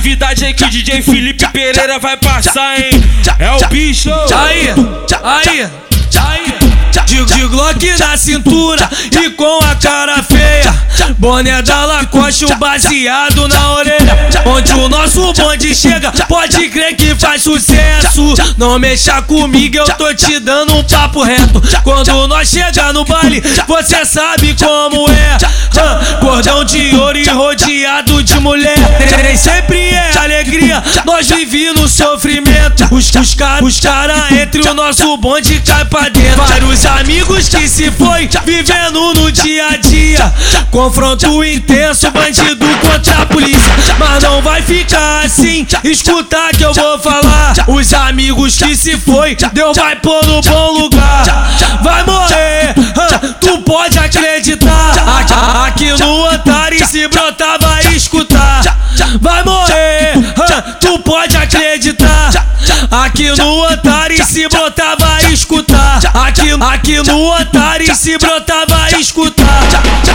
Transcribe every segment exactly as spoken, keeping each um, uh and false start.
atividade aí que o D J Felipe Pereira vai passar, hein? É o bicho. Aí, aí, aí. De, de Glock na cintura e com a cara feia, boné da Lacoste, o baseado na orelha. Onde o nosso bonde chega, pode crer que faz sucesso. Não mexa comigo, eu tô te dando um papo reto. Quando nós chega no baile, você sabe como é. Cordão de ouro e rodeado de mulher. Nem sempre é alegria, nós vivemos no sofrimento. Os, os caras os cara entre o nosso bonde cai pra dentro. Vários amigos que se foi, vivendo no dia a dia. Confronto intenso, bandido contra a polícia. Mas não vai ficar assim, escuta que eu vou falar. Os amigos que se foi, Deus vai pôr no bom lugar. Vai morrer, tu pode acreditar. Aqui no Antares se brotar vai escutar. Vai morrer, tu pode acreditar. Aqui no Antares se brotar vai escutar. Aqui, aqui no Antares se brotar vai escutar.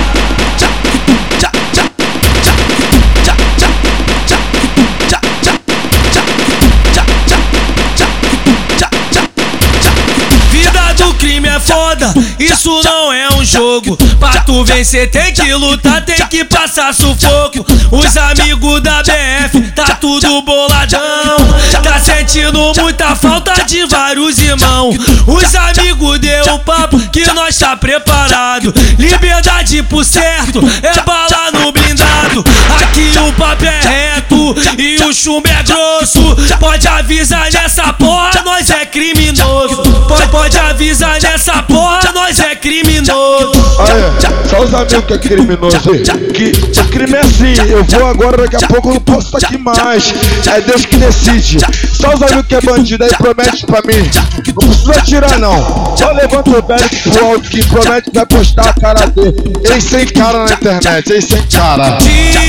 Vida do crime é foda, isso não é um jogo. Pra tu vencer tem que lutar, tem que passar sufoco. Os amigos da B F tá tudo boladão, tá sentindo muita falta de vários irmãos. Os amigos deu um papo que nós tá preparado. Liberdade por certo, é bala no blindado. Aqui o papo é reto e o chumbo é grosso. Pode avisar nessa porra, nós é criminoso. Pode, pode avisar nessa porra, nós é criminoso. Aí, só os amigos que é criminoso aí. Que o crime é assim, eu vou agora, daqui a pouco eu não posso estar aqui mais. É Deus que decide. Só os amigos que é bandido aí promete pra mim. Não precisa atirar não. Só levanta o velho pro alto que promete que vai postar a cara dele. Ele sem cara na internet, ele sem cara.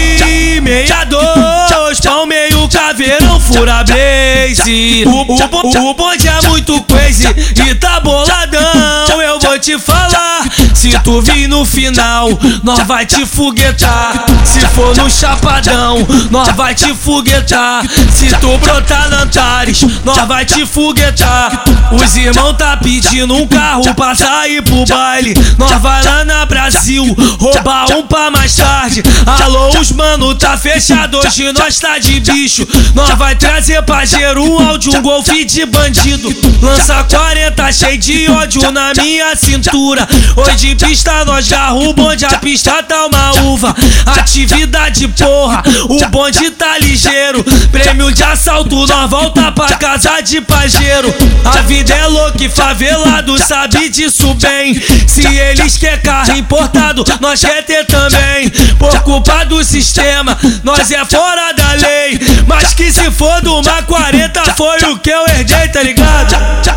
De meia dois, pão meio caveirão, fura blaze. O, o, o bonde é muito crazy e tá boladão. Eu vou te falar, se tu vir no final, nós vai te foguetar. Se for no chapadão, nós vai te foguetar. Se tu brotar na Antares, nós vai te foguetar. Os irmãos tá pedindo um carro pra sair pro baile. Nós vai lá na Brasil, roubar um pra mais tarde. Alô, os mano, tá fechado, hoje nós tá de bicho. Nós vai trazer pra Gero um áudio, um golfe de bandido. Lança quarenta cheio de ódio na minha cintura. Hoje de pista nós garra o bonde, a pista tá uma uva. Atividade porra, o bonde tá ligeiro. Prêmio de assalto, nós volta pra casa de pajeiro. A vida é louca e favelado sabe disso bem. Se eles quer carro importado, nós quer ter também. Por culpa do sistema, nós é fora da lei. Mas que se for do uma quarenta foi o que eu herdei, tá ligado?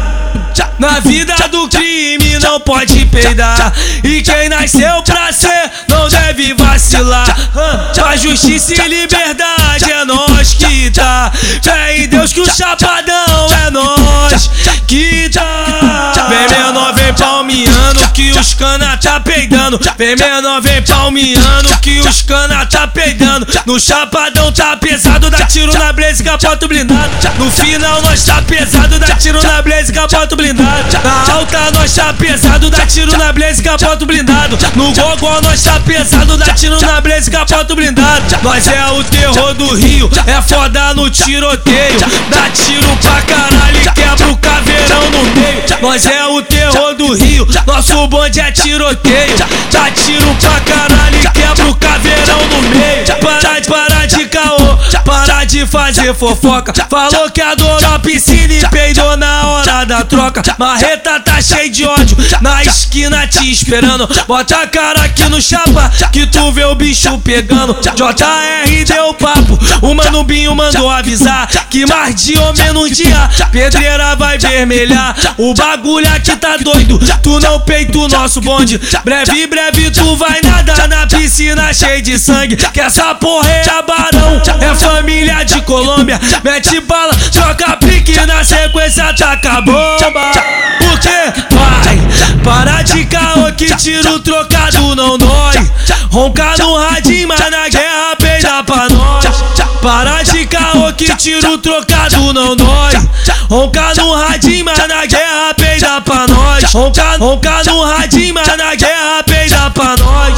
Na vida do crime não pode peidar. E quem nasceu pra ser não deve vacilar. Pra justiça e liberdade é nós que tá. Fé em Deus que o chapadão é nós que tá. Vem menor, vem palmeando que os cana tá peidando. Vem menor, vem palmeando que os cana tá peidando. No chapadão tá pesado, dá tiro na blaze, capota blindado. No final nós tá pesado, dá tiro na blaze, capota blindado. Na alta nós tá pesado, dá tiro na blaze, capota blindado. No gogó nós tá pesado, dá tiro na blaze, capota blindado. Nós é o terror do Rio, é foda no tiroteio. Dá tiro pra caralho e quebra o caveirão no meio. Nós é o terror do Rio, nosso bonde é tiroteio. Dá tiro pra caralho e quebra o caveirão no meio. Para de, para de caô, para de fazer fofoca. Falou que adorou a piscina e peidou na hora da troca. Marreta tá cheio de ódio, na esquina te esperando. Bota a cara aqui no chapa, que tu vê o bicho pegando. J R deu papo, o Mano Binho mandou avisar que mais de ou menos dia pedreira vai vermelhar. O bagulho aqui tá doido, tu não peita o nosso bonde. Breve, breve tu vai nadar na piscina cheia de sangue. Que essa porra é a Barão, é família de Colômbia. Mete bala, troca pique, na sequência taca a bomba. Por quê? Vai, para de caô que tiro trocado não dói. Ronca no radinho, mas na guerra peida pra nós. Para de caô que tiro trocado não dói. Ronca no radinho, mas na guerra peida pra nós. Ronca, ronca no radinho, mas na guerra peida pra nós.